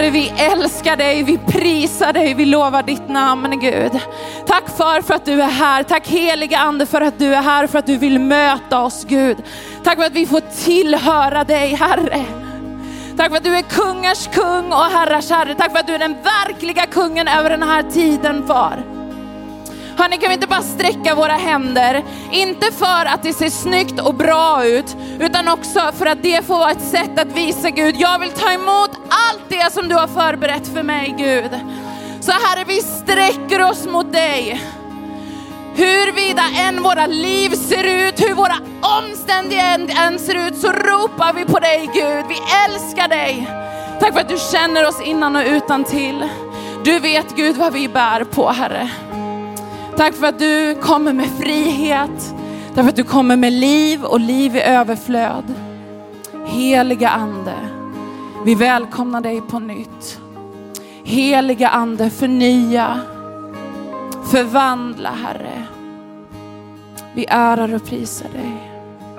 Herre, vi älskar dig, vi prisar dig, vi lovar ditt namn, Gud. Tack för att du är här. Tack heliga ande för att du är här, för att du vill möta oss, Gud. Tack för att vi får tillhöra dig, Herre. Tack för att du är kungars kung och herrars herre. Tack för att du är den verkliga kungen över den här tiden, far. Hörrni, kan vi inte bara sträcka våra händer, inte för att det ser snyggt och bra ut, utan också för att det får vara ett sätt att visa Gud, jag vill ta emot allt det som du har förberett för mig, Gud. Så Herre, vi sträcker oss mot dig. Hurvida än våra liv ser ut, hur våra omständigheter än ser ut, så ropar vi på dig, Gud. Vi älskar dig. Tack för att du känner oss innan och utan till. Du vet, Gud, vad vi bär på, Herre. Tack för att du kommer med frihet. Tack för att du kommer med liv och liv i överflöd. Heliga ande, vi välkomnar dig på nytt. Heliga ande, förnya, förvandla, Herre. Vi ärar och prisar dig.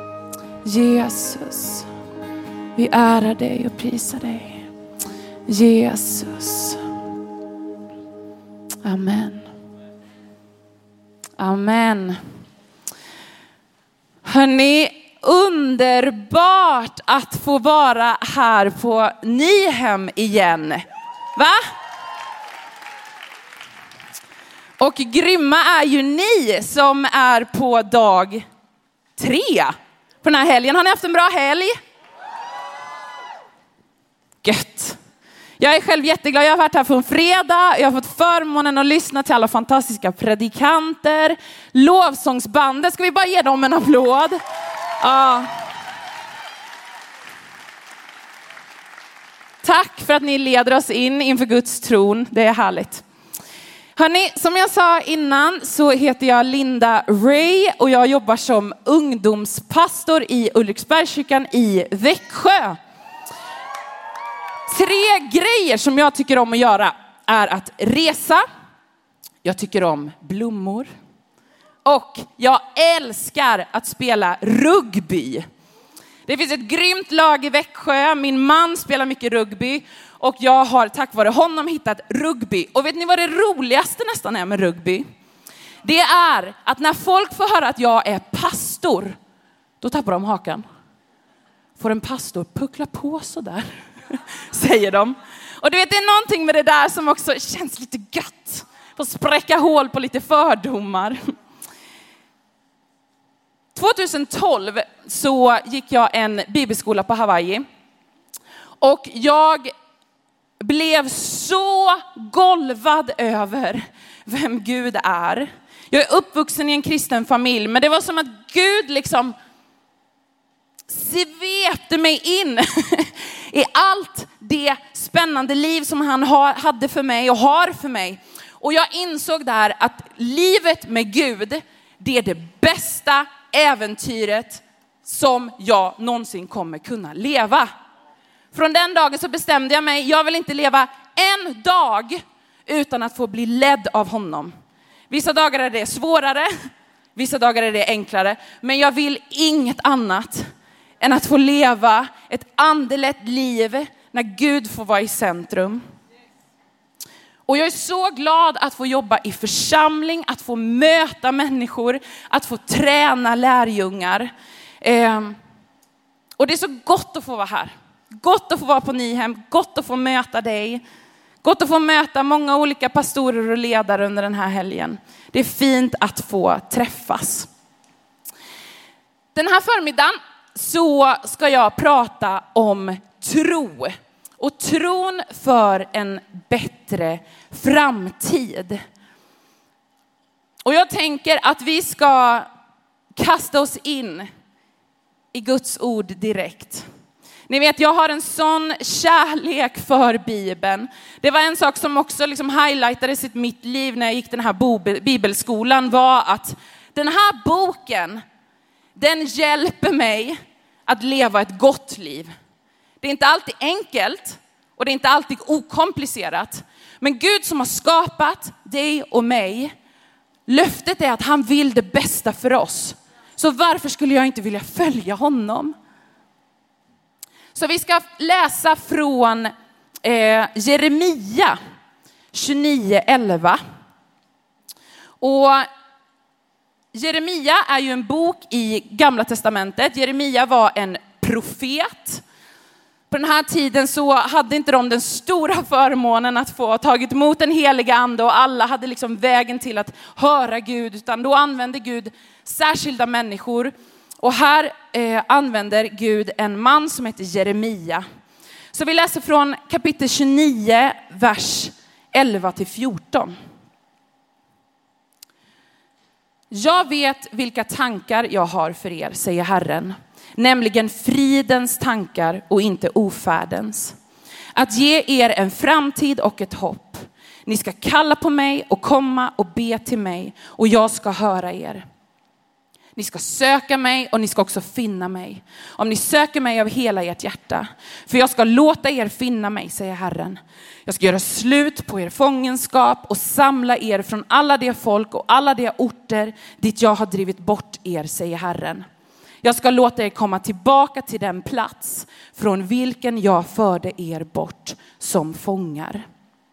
Jesus, vi ärar dig och prisar dig. Jesus. Amen. Amen. Hörrni, underbart att få vara här på Nyhem igen. Va? Och grymma är ju ni som är på dag 3 på den här helgen. Har ni haft en bra helg? Gött. Jag är själv jätteglad. Jag har varit här från fredag. Jag har fått förmånen att lyssna till alla fantastiska predikanter. Lovsångsbandet. Ska vi bara ge dem en applåd? Ja. Tack för att ni leder oss in inför Guds tron. Det är härligt. Hörrni, som jag sa innan så heter jag Linda Ray och jag jobbar som ungdomspastor i Ulriksbergskyrkan i Växjö. 3 grejer som jag tycker om att göra är att resa, jag tycker om blommor och jag älskar att spela rugby. Det finns ett grymt lag i Växjö, min man spelar mycket rugby och jag har tack vare honom hittat rugby. Och vet ni vad det roligaste nästan är med rugby? Det är att när folk får höra att jag är pastor, då tappar de hakan. Får en pastor puckla på så där, säger de. Och du vet, det är någonting med det där som också känns lite gött. Får spräcka hål på lite fördomar. 2012 så gick jag en bibelskola på Hawaii. Och jag blev så golvad över vem Gud är. Jag är uppvuxen i en kristen familj, men det var som att Gud liksom svepte mig in i allt det spännande liv som han hade för mig och har för mig. Och jag insåg där att livet med Gud, det är det bästa äventyret som jag någonsin kommer kunna leva. Från den dagen så bestämde jag mig, jag vill inte leva en dag utan att få bli ledd av honom. Vissa dagar är det svårare, vissa dagar är det enklare, men jag vill inget annat än att få leva ett andligt liv när Gud får vara i centrum. Och jag är så glad att få jobba i församling, att få möta människor, att få träna lärjungar. Och det är så gott att få vara här. Gott att få vara på Nyhem, gott att få möta dig. Gott att få möta många olika pastorer och ledare under den här helgen. Det är fint att få träffas. Den här förmiddagen så ska jag prata om tro. Och tron för en bättre framtid. Och jag tänker att vi ska kasta oss in i Guds ord direkt. Ni vet, jag har en sån kärlek för Bibeln. Det var en sak som också liksom highlightades i mitt liv när jag gick den här bibelskolan, var att den här boken, den hjälper mig att leva ett gott liv. Det är inte alltid enkelt och det är inte alltid okomplicerat. Men Gud som har skapat dig och mig, löftet är att han vill det bästa för oss. Så varför skulle jag inte vilja följa honom? Så vi ska läsa från Jeremia 29:11. Och Jeremia är ju en bok i Gamla testamentet. Jeremia var en profet. På den här tiden så hade inte de den stora förmånen att få tagit emot den heliga ande och alla hade liksom vägen till att höra Gud, utan då använde Gud särskilda människor. Och här använder Gud en man som heter Jeremia. Så vi läser från kapitel 29, vers 11-14. Jag vet vilka tankar jag har för er, säger Herren. Nämligen fridens tankar och inte ofärdens. Att ge er en framtid och ett hopp. Ni ska kalla på mig och komma och be till mig och jag ska höra er. Ni ska söka mig och ni ska också finna mig. Om ni söker mig av hela ert hjärta. För jag ska låta er finna mig, säger Herren. Jag ska göra slut på er fångenskap och samla er från alla de folk och alla de orter dit jag har drivit bort er, säger Herren. Jag ska låta er komma tillbaka till den plats från vilken jag förde er bort som fångar.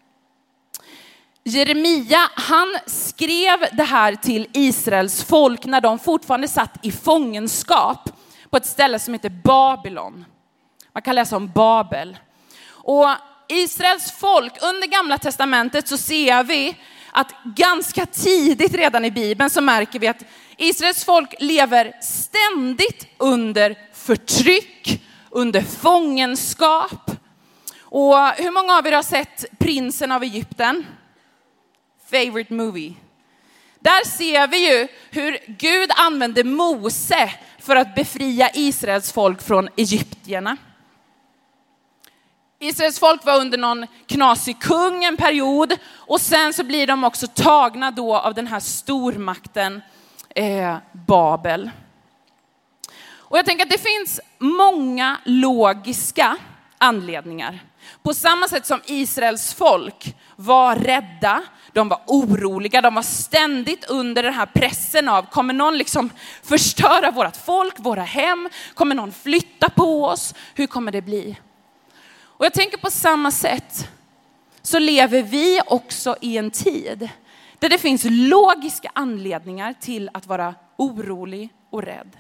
Jeremia, han skrev det här till Israels folk när de fortfarande satt i fångenskap på ett ställe som heter Babylon. Man kan läsa om Babel. Och Israels folk, under Gamla testamentet så ser vi att ganska tidigt redan i Bibeln så märker vi att Israels folk lever ständigt under förtryck, under fångenskap. Och hur många av er har sett Prinsen av Egypten? Favorite movie. Där ser vi ju hur Gud använde Mose för att befria Israels folk från egyptierna. Israels folk var under någon knasig kung en period och sen så blir de också tagna då av den här stormakten Babel. Och jag tänker att det finns många logiska anledningar. På samma sätt som Israels folk var rädda, de var oroliga, de var ständigt under den här pressen av kommer någon liksom förstöra vårat folk, våra hem, kommer någon flytta på oss, hur kommer det bli? Och jag tänker på samma sätt så lever vi också i en tid där det finns logiska anledningar till att vara orolig och rädd.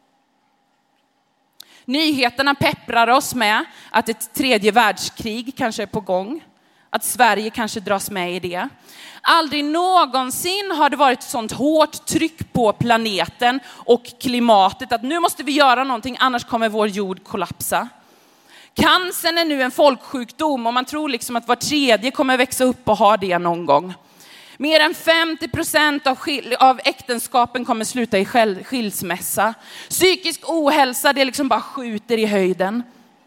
Nyheterna pepprar oss med att ett tredje världskrig kanske är på gång. Att Sverige kanske dras med i det. Aldrig någonsin har det varit sånt hårt tryck på planeten och klimatet att nu måste vi göra någonting annars kommer vår jord kollapsa. Cancern är nu en folksjukdom och man tror liksom att var tredje kommer växa upp och ha det någon gång. Mer än 50% av äktenskapen kommer sluta i skilsmässa. Psykisk ohälsa, det liksom bara skjuter i höjden.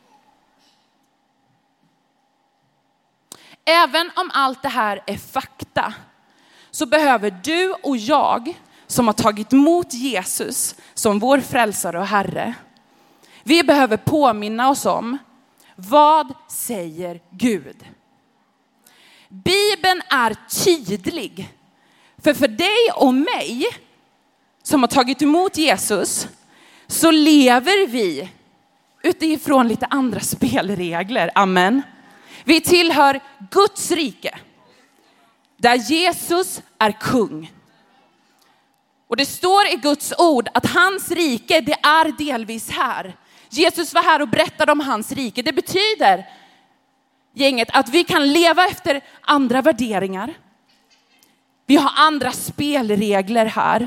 Även om allt det här är fakta så behöver du och jag som har tagit emot Jesus som vår frälsare och Herre. Vi behöver påminna oss om vad säger Gud? Bibeln är tydlig. För dig och mig som har tagit emot Jesus så lever vi utifrån lite andra spelregler. Amen. Vi tillhör Guds rike. Där Jesus är kung. Och det står i Guds ord att hans rike det är delvis här. Jesus var här och berättade om hans rike. Det betyder gänget att vi kan leva efter andra värderingar. Vi har andra spelregler här.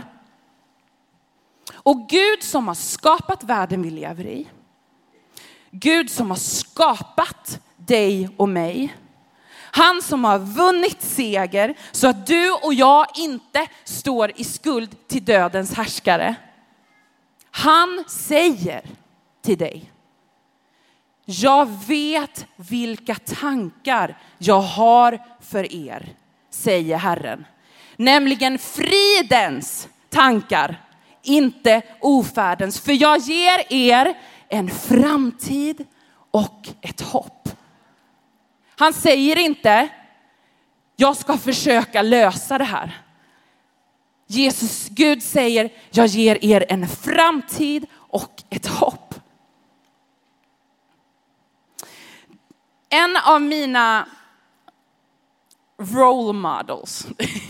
Och Gud som har skapat världen vi lever i. Gud som har skapat dig och mig. Han som har vunnit seger så att du och jag inte står i skuld till dödens härskare. Han säger till dig: jag vet vilka tankar jag har för er, säger Herren. Nämligen fridens tankar, inte ofärdens. För jag ger er en framtid och ett hopp. Han säger inte, jag ska försöka lösa det här. Gud säger, jag ger er en framtid och ett hopp. En av mina role models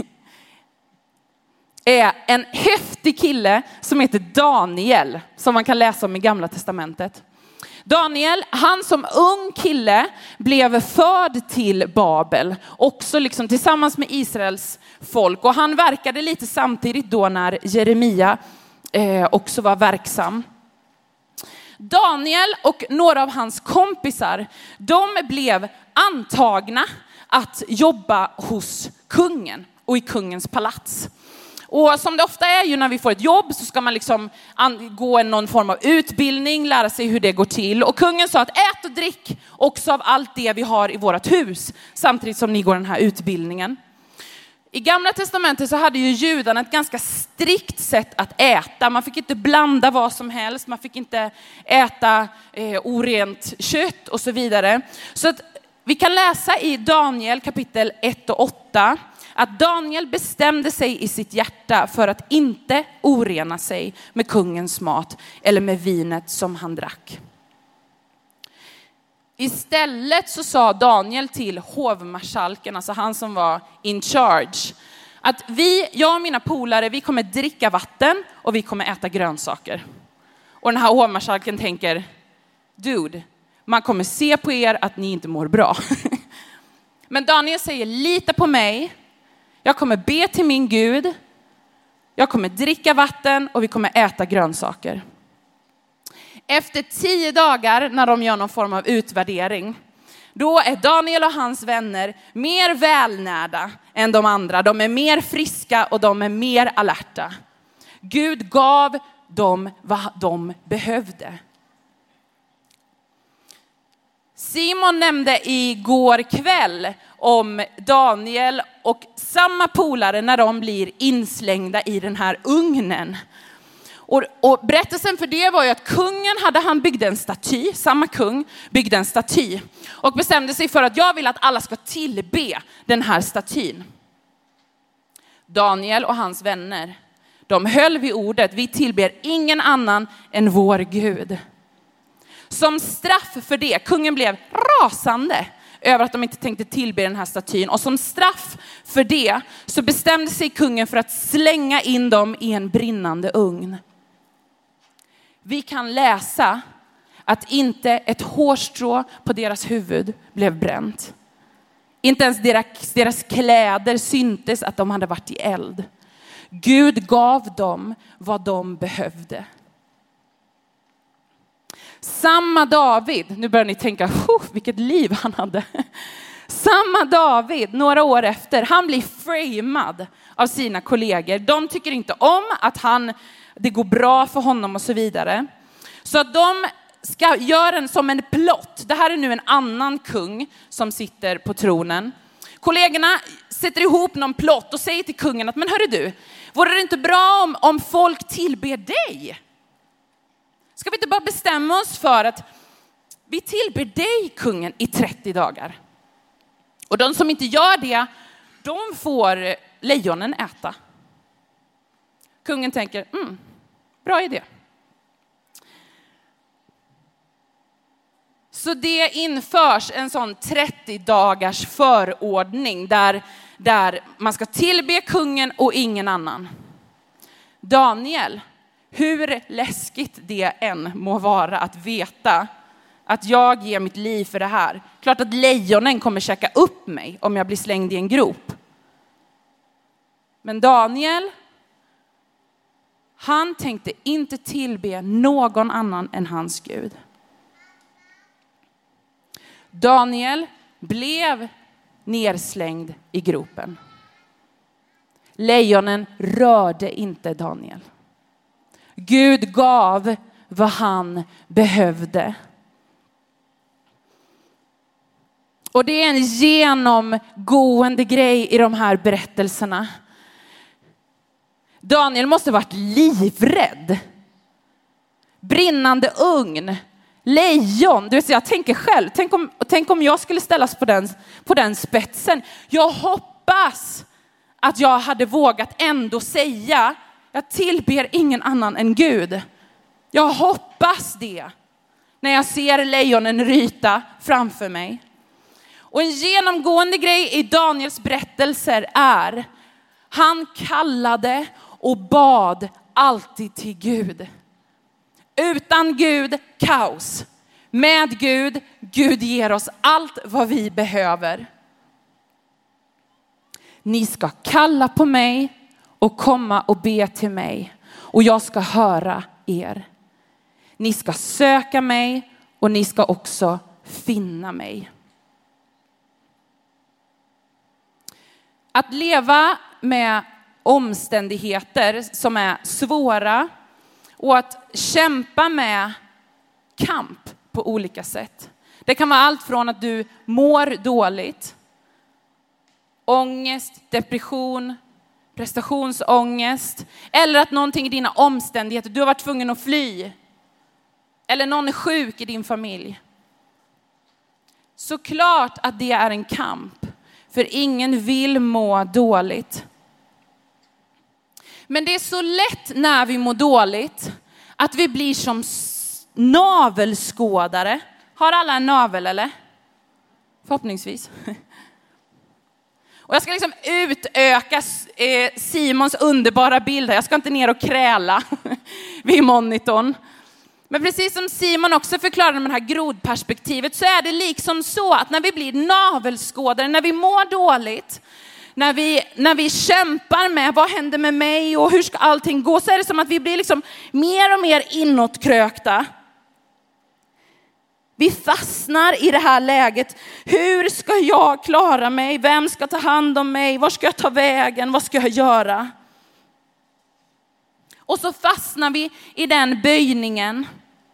är en häftig kille som heter Daniel, som man kan läsa om i Gamla testamentet. Daniel, han som ung kille blev förd till Babel, också liksom tillsammans med Israels folk. Och han verkade lite samtidigt då när Jeremia också var verksam. Daniel och några av hans kompisar, de blev antagna att jobba hos kungen och i kungens palats. Och som det ofta är ju när vi får ett jobb så ska man liksom gå någon form av utbildning, lära sig hur det går till. Och kungen sa att ät och drick också av allt det vi har i vårt hus samtidigt som ni går den här utbildningen. I Gamla testamentet så hade ju judarna ett ganska strikt sätt att äta. Man fick inte blanda vad som helst, man fick inte äta orent kött och så vidare. Så att vi kan läsa i Daniel kapitel 1 och 8 att Daniel bestämde sig i sitt hjärta för att inte orena sig med kungens mat eller med vinet som han drack. Istället så sa Daniel till hovmarskalken, alltså han som var in charge, att jag och mina polare, vi kommer dricka vatten och vi kommer äta grönsaker. Och den här hovmarskalken tänker, dude, man kommer se på er att ni inte mår bra. Men Daniel säger, lita på mig. Jag kommer be till min Gud. Jag kommer dricka vatten och vi kommer äta grönsaker. Efter 10 dagar när de gör någon form av utvärdering, då är Daniel och hans vänner mer välnärda än de andra. De är mer friska och de är mer alerta. Gud gav dem vad de behövde. Simon nämnde igår kväll om Daniel och samma polare när de blir inslängda i den här ugnen. Och berättelsen för det var ju att kungen han byggde en staty, samma kung byggde en staty och bestämde sig för att jag vill att alla ska tillbe den här statyn. Daniel och hans vänner, de höll vid ordet, vi tillber ingen annan än vår Gud. Som straff för det, kungen blev rasande över att de inte tänkte tillbe den här statyn. Och som straff för det så bestämde sig kungen för att slänga in dem i en brinnande ugn. Vi kan läsa att inte ett hårstrå på deras huvud blev bränt. Inte ens deras kläder syntes att de hade varit i eld. Gud gav dem vad de behövde. Samma David, nu börjar ni tänka, vilket liv han hade. Samma David, några år efter, han blir framad av sina kollegor. De tycker inte om att det går bra för honom och så vidare. Så att de ska göra den som en plott. Det här är nu en annan kung som sitter på tronen. Kollegorna sätter ihop någon plott och säger till kungen att men hörru du, vore det inte bra om folk tillber dig? Ska vi inte bara bestämma oss för att vi tillber dig, kungen, i 30 dagar? Och de som inte gör det, de får lejonen äta. Kungen tänker, bra idé. Så det införs en sån 30 dagars förordning där man ska tillbe kungen och ingen annan. Daniel, hur läskigt det än må vara att veta att jag ger mitt liv för det här. Klart att lejonen kommer käka upp mig om jag blir slängd i en grop. Men Daniel, han tänkte inte tillbe någon annan än hans Gud. Daniel blev nerslängd i gropen. Lejonen rörde inte Daniel. Gud gav vad han behövde. Och det är en genomgående grej i de här berättelserna. Daniel måste varit livrädd. Brinnande ugn. Lejon. Du vet, jag tänker själv. Tänk om jag skulle ställas på den spetsen. Jag hoppas att jag hade vågat ändå säga: jag tillber ingen annan än Gud. Jag hoppas det. När jag ser lejonen ryta framför mig. Och en genomgående grej i Daniels berättelser är, han kallade och bad alltid till Gud. Utan Gud, kaos. Med Gud, Gud ger oss allt vad vi behöver. Ni ska kalla på mig och komma och be till mig. Och jag ska höra er. Ni ska söka mig och ni ska också finna mig. Att leva med omständigheter som är svåra och att kämpa med kamp på olika sätt. Det kan vara allt från att du mår dåligt, ångest, depression, prestationsångest, eller att någonting i dina omständigheter, du har varit tvungen att fly, eller någon är sjuk i din familj. Såklart att det är en kamp, för ingen vill må dåligt. Men det är så lätt när vi mår dåligt att vi blir som navelskådare. Har alla en navel eller? Förhoppningsvis. Och jag ska liksom utöka Simons underbara bild här. Jag ska inte ner och kräla vid monitorn. Men precis som Simon också förklarade med det här grodperspektivet, så är det liksom så att när vi blir navelskådare, när vi mår dåligt, när vi kämpar med vad händer med mig och hur ska allting gå, så är det som att vi blir liksom mer och mer inåtkrökta. Vi fastnar i det här läget. Hur ska jag klara mig? Vem ska ta hand om mig? Var ska jag ta vägen? Vad ska jag göra? Och så fastnar vi i den böjningen.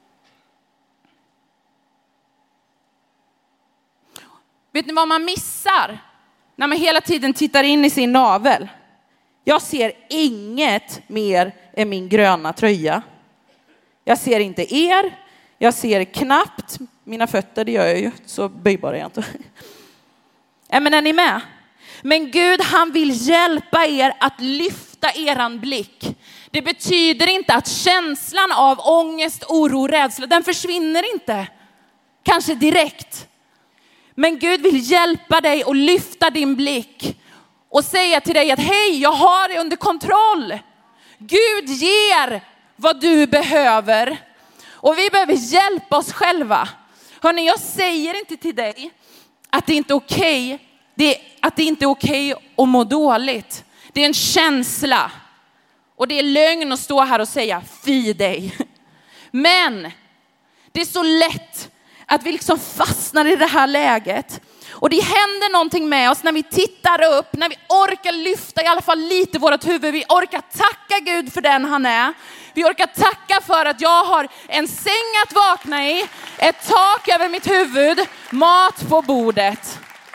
Vet ni vad man missar när man hela tiden tittar in i sin navel? Jag ser inget mer än min gröna tröja. Jag ser inte er. Jag ser knappt mina fötter, det gör jag ju. Så böjbar är jag inte. Men är ni med? Men Gud, han vill hjälpa er att lyfta eran blick. Det betyder inte att känslan av ångest, oro, rädsla, den försvinner inte. Kanske direkt. Men Gud vill hjälpa dig att lyfta din blick. Och säga till dig att hej, jag har det under kontroll. Gud ger vad du behöver. Och vi behöver hjälpa oss själva. Hörrni, jag säger inte till dig att det inte är okej. Att det inte är okej att må dåligt. Det är en känsla. Och det är lögn att stå här och säga fy dig. Men det är så lätt att vi liksom fastnar i det här läget. Och det händer någonting med oss när vi tittar upp, när vi orkar lyfta i alla fall lite vårt huvud. Vi orkar tacka Gud för den han är. Vi orkar tacka för att jag har en säng att vakna i, ett tak över mitt huvud, mat på bordet.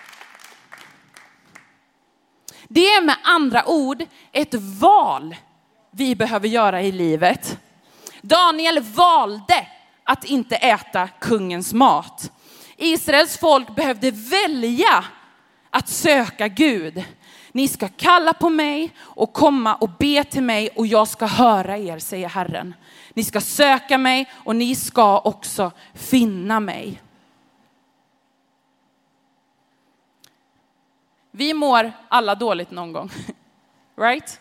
Det är med andra ord ett val vi behöver göra i livet. Daniel valde att inte äta kungens mat. Israels folk behövde välja att söka Gud. Ni ska kalla på mig och komma och be till mig och jag ska höra er, säger Herren. Ni ska söka mig och ni ska också finna mig. Vi mår alla dåligt någon gång. Right?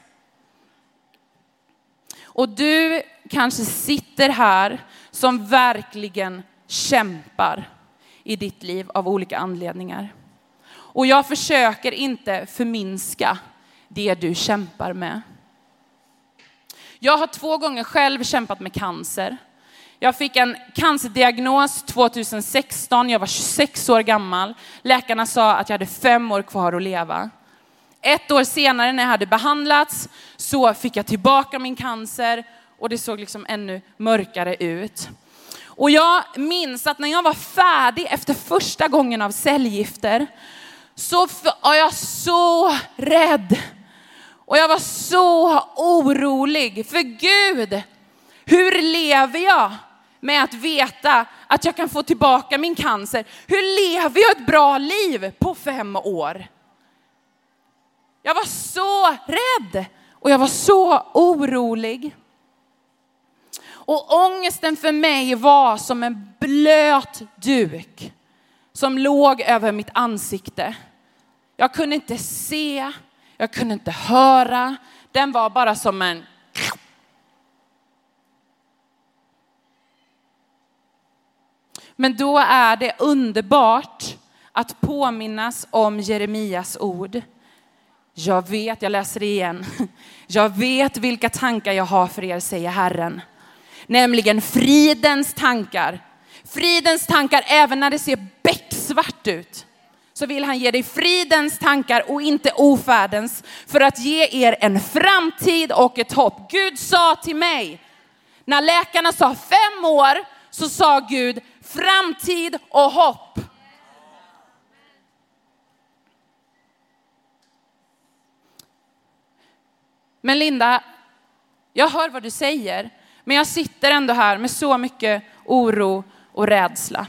Och du kanske sitter här som verkligen kämpar i ditt liv av olika anledningar. Och jag försöker inte förminska det du kämpar med. Jag har 2 gånger själv kämpat med cancer. Jag fick en cancerdiagnos 2016. Jag var 26 år gammal. Läkarna sa att jag hade 5 år kvar att leva. 1 år senare när jag hade behandlats så fick jag tillbaka min cancer. Och det såg liksom ännu mörkare ut. Och jag minns att när jag var färdig efter första gången av cellgifter så var jag så rädd. Och jag var så orolig. För Gud, hur lever jag med att veta att jag kan få tillbaka min cancer? Hur lever jag ett bra liv på 5 år? Jag var så rädd och jag var så orolig. Och ångesten för mig var som en blöt duk som låg över mitt ansikte. Jag kunde inte se, jag kunde inte höra. Den var bara som en... Men då är det underbart att påminnas om Jeremias ord. Jag läser det igen. Jag vet vilka tankar jag har för er, säger Herren. Nämligen fridens tankar. Fridens tankar även när det ser becksvart ut. Så vill han ge dig fridens tankar och inte ofärdens. För att ge er en framtid och ett hopp. Gud sa till mig, när läkarna sa 5 år, så sa Gud framtid och hopp. Men Linda, jag hör vad du säger. Men jag sitter ändå här med så mycket oro och rädsla.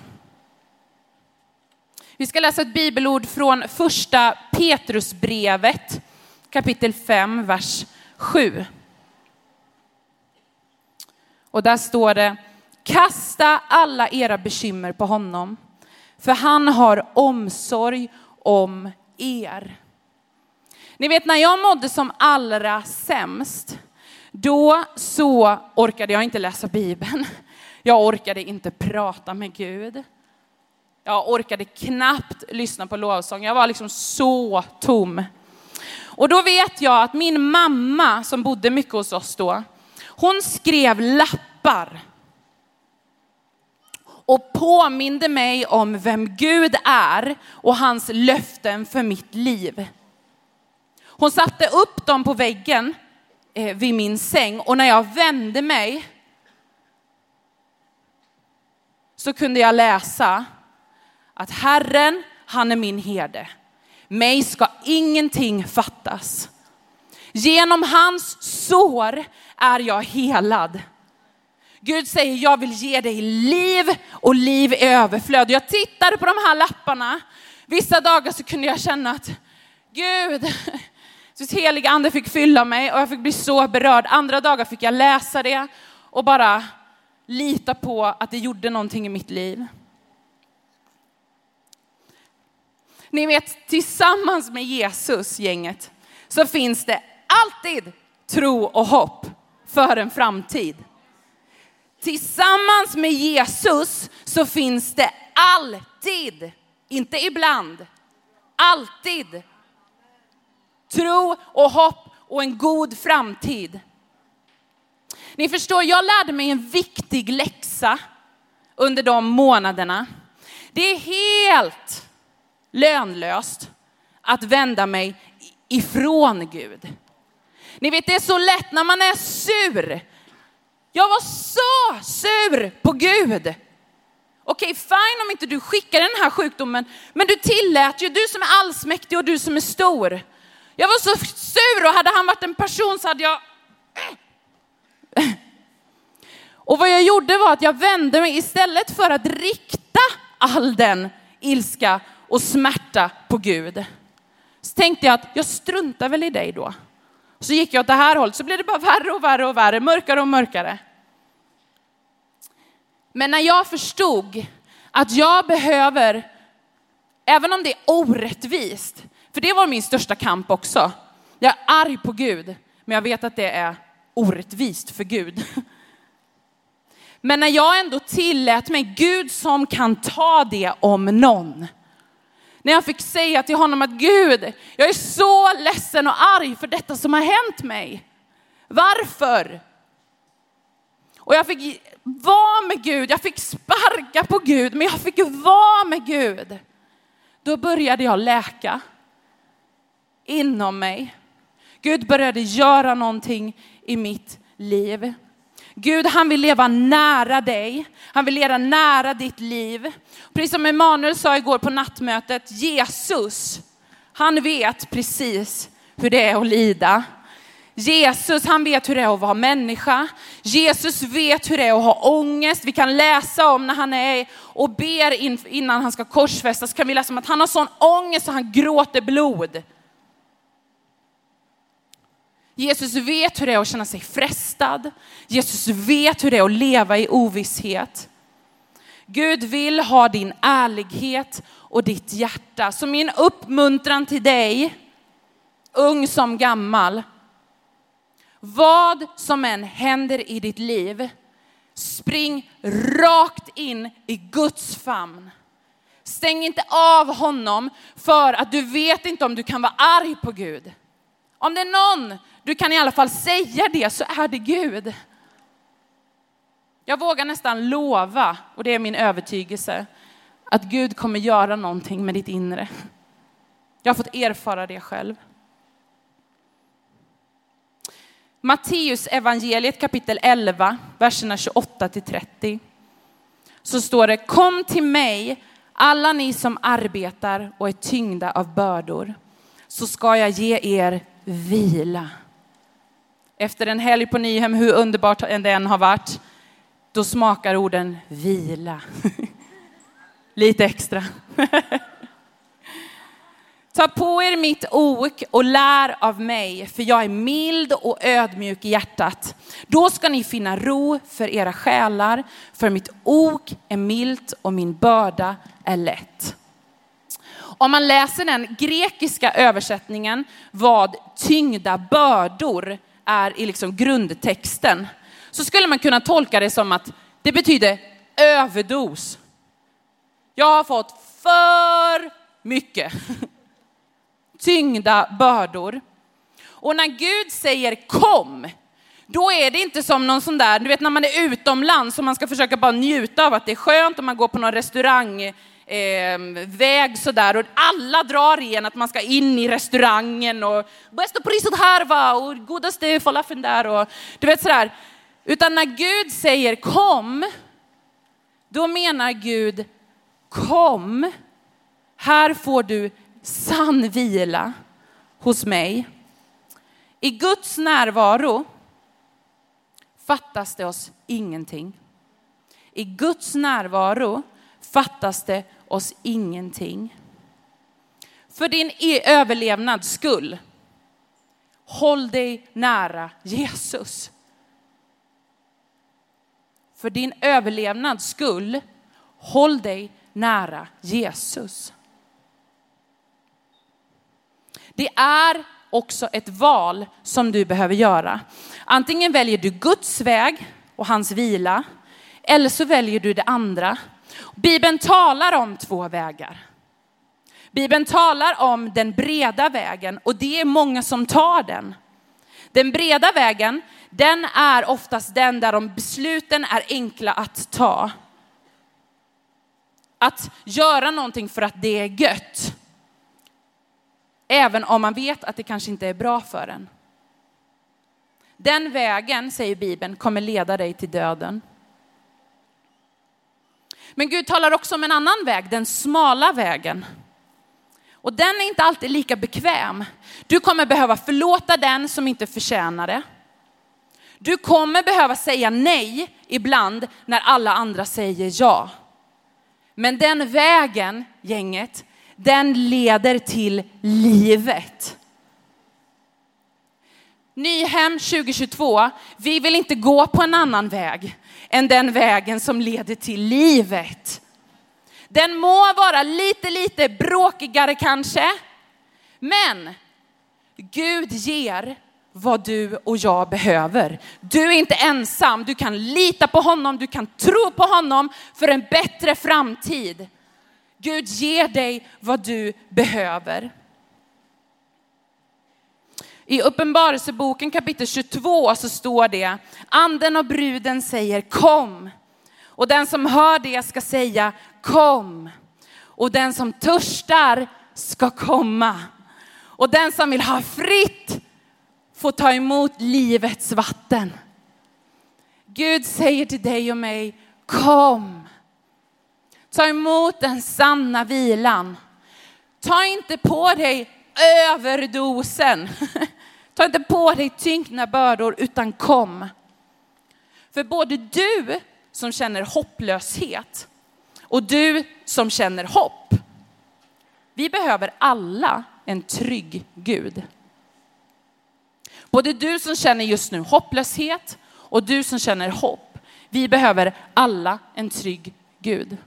Vi ska läsa ett bibelord från första Petrusbrevet, kapitel 5, vers 7. Och där står det: kasta alla era bekymmer på honom, för han har omsorg om er. Ni vet, när jag mådde som allra sämst, då så orkade jag inte läsa Bibeln. Jag orkade inte prata med Gud. Jag orkade knappt lyssna på lovsång. Jag var liksom så tom. Och då vet jag att min mamma, som bodde mycket hos oss då, hon skrev lappar och påminde mig om vem Gud är och hans löften för mitt liv. Hon satte upp dem på väggen vid min säng, och när jag vände mig så kunde jag läsa att Herren, han är min herde. Mig ska ingenting fattas. Genom hans sår är jag helad. Gud säger, jag vill ge dig liv och liv i överflöd. Jag tittade på de här lapparna. Vissa dagar så kunde jag känna att Gud, så helig ande fick fylla mig och jag fick bli så berörd. Andra dagar fick jag läsa det och bara lita på att det gjorde någonting i mitt liv. Ni vet, tillsammans med Jesus, gänget, så finns det alltid tro och hopp för en framtid. Tillsammans med Jesus så finns det alltid, inte ibland, alltid tro och hopp och en god framtid. Ni förstår, jag lärde mig en viktig läxa under de månaderna. Det är helt lönlöst att vända mig ifrån Gud. Ni vet, det är så lätt när man är sur. Jag var så sur på Gud. Okej, fine om inte du skickar den här sjukdomen, men du tillät ju, du som är allsmäktig och du som är stor. Jag var så sur, och hade han varit en person så hade jag... Och vad jag gjorde var att jag vände mig, istället för att rikta all den ilska och smärta på Gud. Så tänkte jag att jag struntar väl i dig då. Så gick jag åt det här hållet, så blev det bara värre och värre och värre, mörkare och mörkare. Men när jag förstod att jag behöver, även om det är orättvist, för det var min största kamp också. Jag är arg på Gud, men jag vet att det är orättvist för Gud. Men när jag ändå tillät mig, Gud som kan ta det om någon. När jag fick säga till honom att Gud, jag är så ledsen och arg för detta som har hänt mig. Varför? Och jag fick vara med Gud, jag fick sparka på Gud, men jag fick vara med Gud. Då började jag läka inom mig. Gud började göra någonting i mitt liv. Gud, han vill leva nära dig. Han vill leva nära ditt liv. Precis som Emanuel sa igår på nattmötet, Jesus, han vet precis hur det är att lida. Jesus, han vet hur det är att vara människa. Jesus vet hur det är att ha ångest. Vi kan läsa om när han är och ber innan han ska korsfästas. Så kan vi läsa om att han har sån ångest så han gråter blod. Jesus vet hur det är att känna sig frestad. Jesus vet hur det är att leva i ovisshet. Gud vill ha din ärlighet och ditt hjärta. Så min uppmuntran till dig, ung som gammal, vad som än händer i ditt liv, spring rakt in i Guds famn. Stäng inte av honom för att du vet inte om du kan vara arg på Gud. Om det är någon du kan i alla fall säga det, så är det Gud. Jag vågar nästan lova, och det är min övertygelse, att Gud kommer göra någonting med ditt inre. Jag har fått erfara det själv. Matteus evangeliet kapitel 11, verserna 28-30. Så står det: kom till mig, alla ni som arbetar och är tyngda av bördor, så ska jag ge er vila. Efter en helg på Nyhem, hur underbart den har varit, då smakar orden vila. Lite extra. Ta på er mitt ok och lär av mig, för jag är mild och ödmjuk i hjärtat. Då ska ni finna ro för era själar, för mitt ok är milt och min börda är lätt. Om man läser den grekiska översättningen vad tyngda bördor är i liksom grundtexten, så skulle man kunna tolka det som att det betyder överdos. Jag har fått för mycket tyngda bördor. Och när Gud säger kom, då är det inte som någon sån där, du vet när man är utomlands och man ska försöka bara njuta av att det är skönt, och man går på någon restaurang väg sådär, och alla drar igen att man ska in i restaurangen och bästa priset här va, och godaste falafeln där, och du vet sådär. Utan när Gud säger kom, då menar Gud kom, här får du sann vila hos mig. I Guds närvaro fattas det oss ingenting. I Guds närvaro fattas det oss ingenting. För din överlevnads skull, håll dig nära Jesus. För din överlevnads skull, håll dig nära Jesus. Det är också ett val som du behöver göra. Antingen väljer du Guds väg och hans vila, eller så väljer du det andra. Bibeln talar om två vägar. Bibeln talar om den breda vägen, och det är många som tar den. Den breda vägen, den är oftast den där de besluten är enkla att ta. Att göra någonting för att det är gött. Även om man vet att det kanske inte är bra för en. Den vägen, säger Bibeln, kommer leda dig till döden. Men Gud talar också om en annan väg, den smala vägen. Och den är inte alltid lika bekväm. Du kommer behöva förlåta den som inte förtjänar det. Du kommer behöva säga nej ibland när alla andra säger ja. Men den vägen, gänget, den leder till livet. Nyhem 2022, vi vill inte gå på en annan väg än den vägen som leder till livet. Den må vara lite bråkigare kanske, men Gud ger vad du och jag behöver. Du är inte ensam, du kan lita på honom, du kan tro på honom för en bättre framtid. Gud ger dig vad du behöver. I Uppenbarelseboken kapitel 22 så står det: anden och bruden säger kom. Och den som hör det ska säga kom. Och den som törstar ska komma. Och den som vill ha fritt får ta emot livets vatten. Gud säger till dig och mig, kom. Ta emot den sanna vilan. Ta inte på dig överdosen. Ta inte på dig tyngda bördor, utan kom. För både du som känner hopplöshet och du som känner hopp, vi behöver alla en trygg Gud. Både du som känner just nu hopplöshet och du som känner hopp, vi behöver alla en trygg Gud.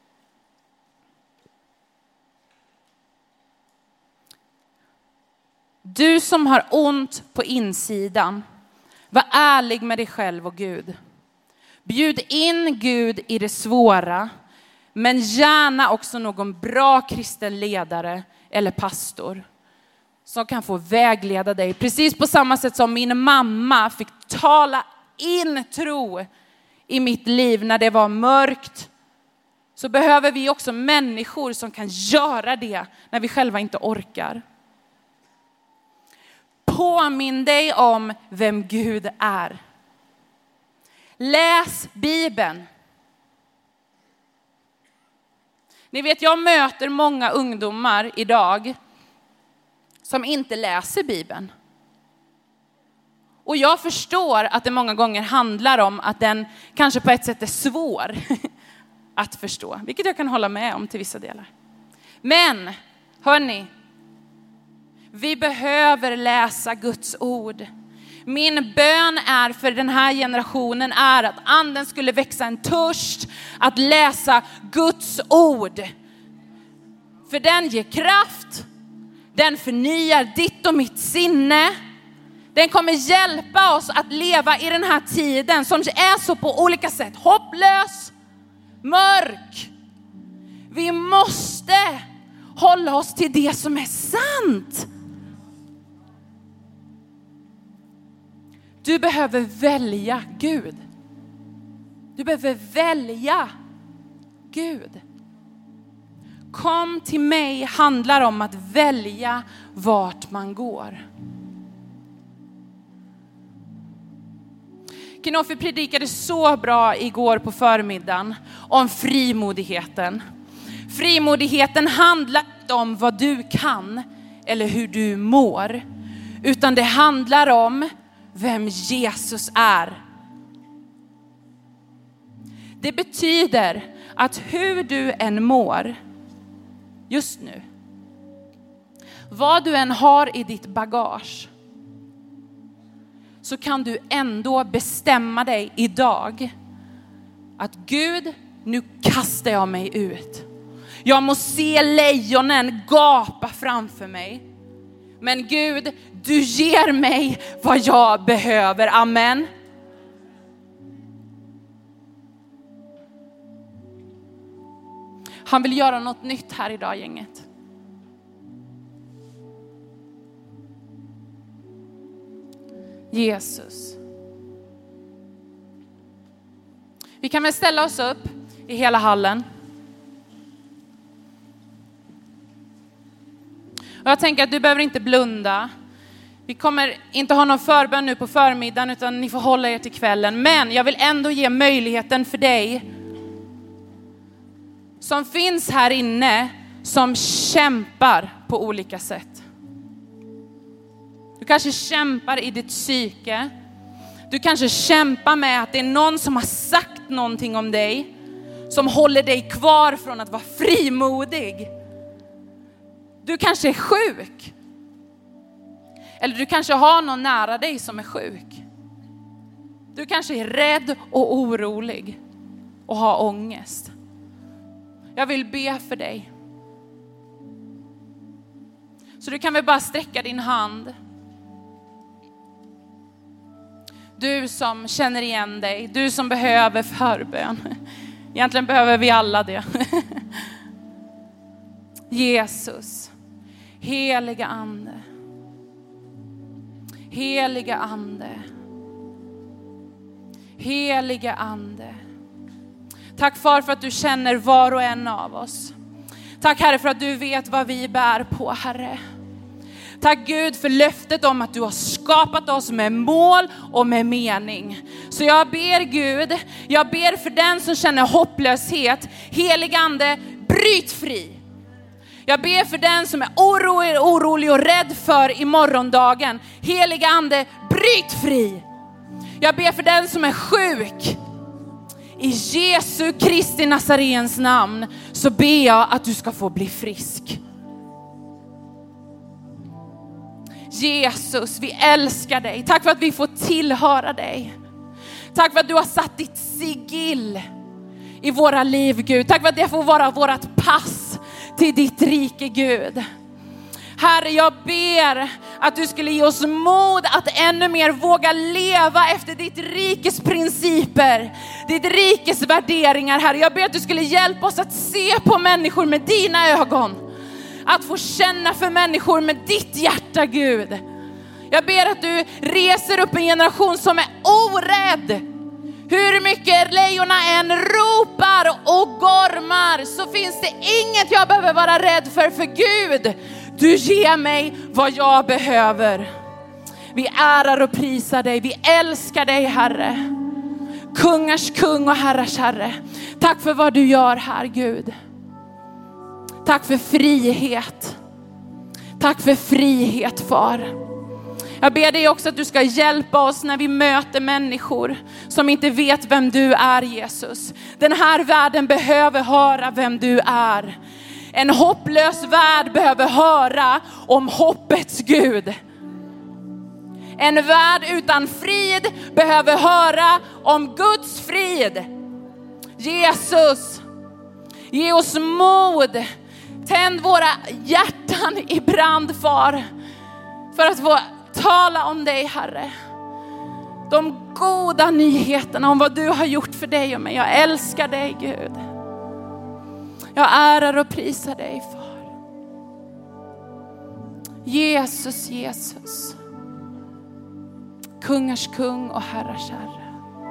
Du som har ont på insidan, var ärlig med dig själv och Gud. Bjud in Gud i det svåra, men gärna också någon bra kristen ledare eller pastor som kan få vägleda dig. Precis på samma sätt som min mamma fick tala in tro i mitt liv när det var mörkt, så behöver vi också människor som kan göra det när vi själva inte orkar. Påminn dig om vem Gud är. Läs Bibeln. Ni vet, jag möter många ungdomar idag som inte läser Bibeln. Och jag förstår att det många gånger handlar om att den kanske på ett sätt är svår att förstå. Vilket jag kan hålla med om till vissa delar. Men, hörni, vi behöver läsa Guds ord. Min bön är för den här generationen är att anden skulle växa en törst att läsa Guds ord. För den ger kraft, den förnyar ditt och mitt sinne. Den kommer hjälpa oss att leva i den här tiden som är så på olika sätt hopplös, mörk. Vi måste hålla oss till det som är sant. Du behöver välja Gud. Du behöver välja Gud. Kom till mig handlar om att välja vart man går. Knoffe predikade så bra igår på förmiddagen om frimodigheten. Frimodigheten handlar inte om vad du kan eller hur du mår, utan det handlar om vem Jesus är. Det betyder att hur du än mår just nu, vad du än har i ditt bagage, så kan du ändå bestämma dig idag att Gud, nu kastar jag mig ut. Jag må se lejonen gapa framför mig. Men Gud, du ger mig vad jag behöver. Amen. Han vill göra något nytt här idag, gänget. Jesus. Vi kan väl ställa oss upp i hela hallen. Och jag tänker att du behöver inte blunda. Vi kommer inte ha någon förbön nu på förmiddagen, utan ni får hålla er till kvällen. Men jag vill ändå ge möjligheten för dig som finns här inne, som kämpar på olika sätt. Du kanske kämpar i ditt psyke. Du kanske kämpar med att det är någon som har sagt någonting om dig som håller dig kvar från att vara frimodig. Du kanske är sjuk. Eller du kanske har någon nära dig som är sjuk. Du kanske är rädd och orolig och har ångest. Jag vill be för dig. Så du kan väl bara sträcka din hand. Du som känner igen dig. Du som behöver förbön. Egentligen behöver vi alla det. Jesus. Heliga ande. Heliga ande. Heliga ande. Tack far för att du känner var och en av oss. Tack Herre för att du vet vad vi bär på, Herre. Tack Gud för löftet om att du har skapat oss med mål och med mening. Så jag ber Gud, jag ber för den som känner hopplöshet. Helig ande, bryt fri. Jag ber för den som är orolig och rädd för i morgondagen. Helig ande, bryt fri. Jag ber för den som är sjuk. I Jesu Kristi Nazarens namn så ber jag att du ska få bli frisk. Jesus, vi älskar dig. Tack för att vi får tillhöra dig. Tack för att du har satt ditt sigill i våra liv, Gud. Tack för att det får vara vårat pass till ditt rike, Gud. Herre, jag ber att du skulle ge oss mod att ännu mer våga leva efter ditt rikes principer, ditt rikes värderingar, Herre. Jag ber att du skulle hjälpa oss att se på människor med dina ögon, att få känna för människor med ditt hjärta, Gud. Jag ber att du reser upp en generation som är orädd. Hur mycket lejonerna än ropar och gormar så finns det inget jag behöver vara rädd för Gud, du ger mig vad jag behöver. Vi ärar och prisar dig, vi älskar dig, Herre. Kungars kung och herrars herre. Tack för vad du gör här, Gud. Tack för frihet. Tack för frihet, far. Jag ber dig också att du ska hjälpa oss när vi möter människor som inte vet vem du är, Jesus. Den här världen behöver höra vem du är. En hopplös värld behöver höra om hoppets Gud. En värld utan frid behöver höra om Guds frid. Jesus, ge oss mod. Tänd våra hjärtan i brand, far. För att få tala om dig, Herre. De goda nyheterna om vad du har gjort för dig och mig. Jag älskar dig, Gud. Jag ärar och prisar dig, far. Jesus, Jesus. Kungars kung och herrars herre.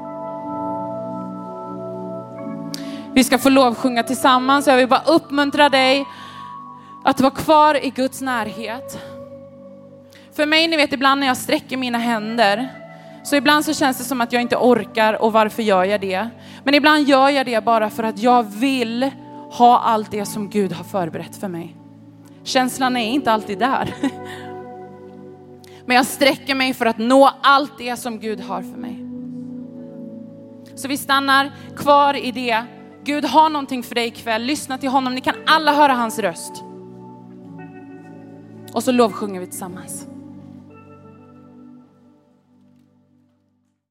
Vi ska få lovsjunga tillsammans. Jag vill bara uppmuntra dig att vara kvar i Guds närhet. För mig, ni vet, ibland när jag sträcker mina händer, så ibland så känns det som att jag inte orkar, och varför gör jag det? Men ibland gör jag det bara för att jag vill ha allt det som Gud har förberett för mig. Känslan är inte alltid där. Men jag sträcker mig för att nå allt det som Gud har för mig. Så vi stannar kvar i det. Gud har någonting för dig ikväll. Lyssna till honom. Ni kan alla höra hans röst. Och så lovsjunger vi tillsammans.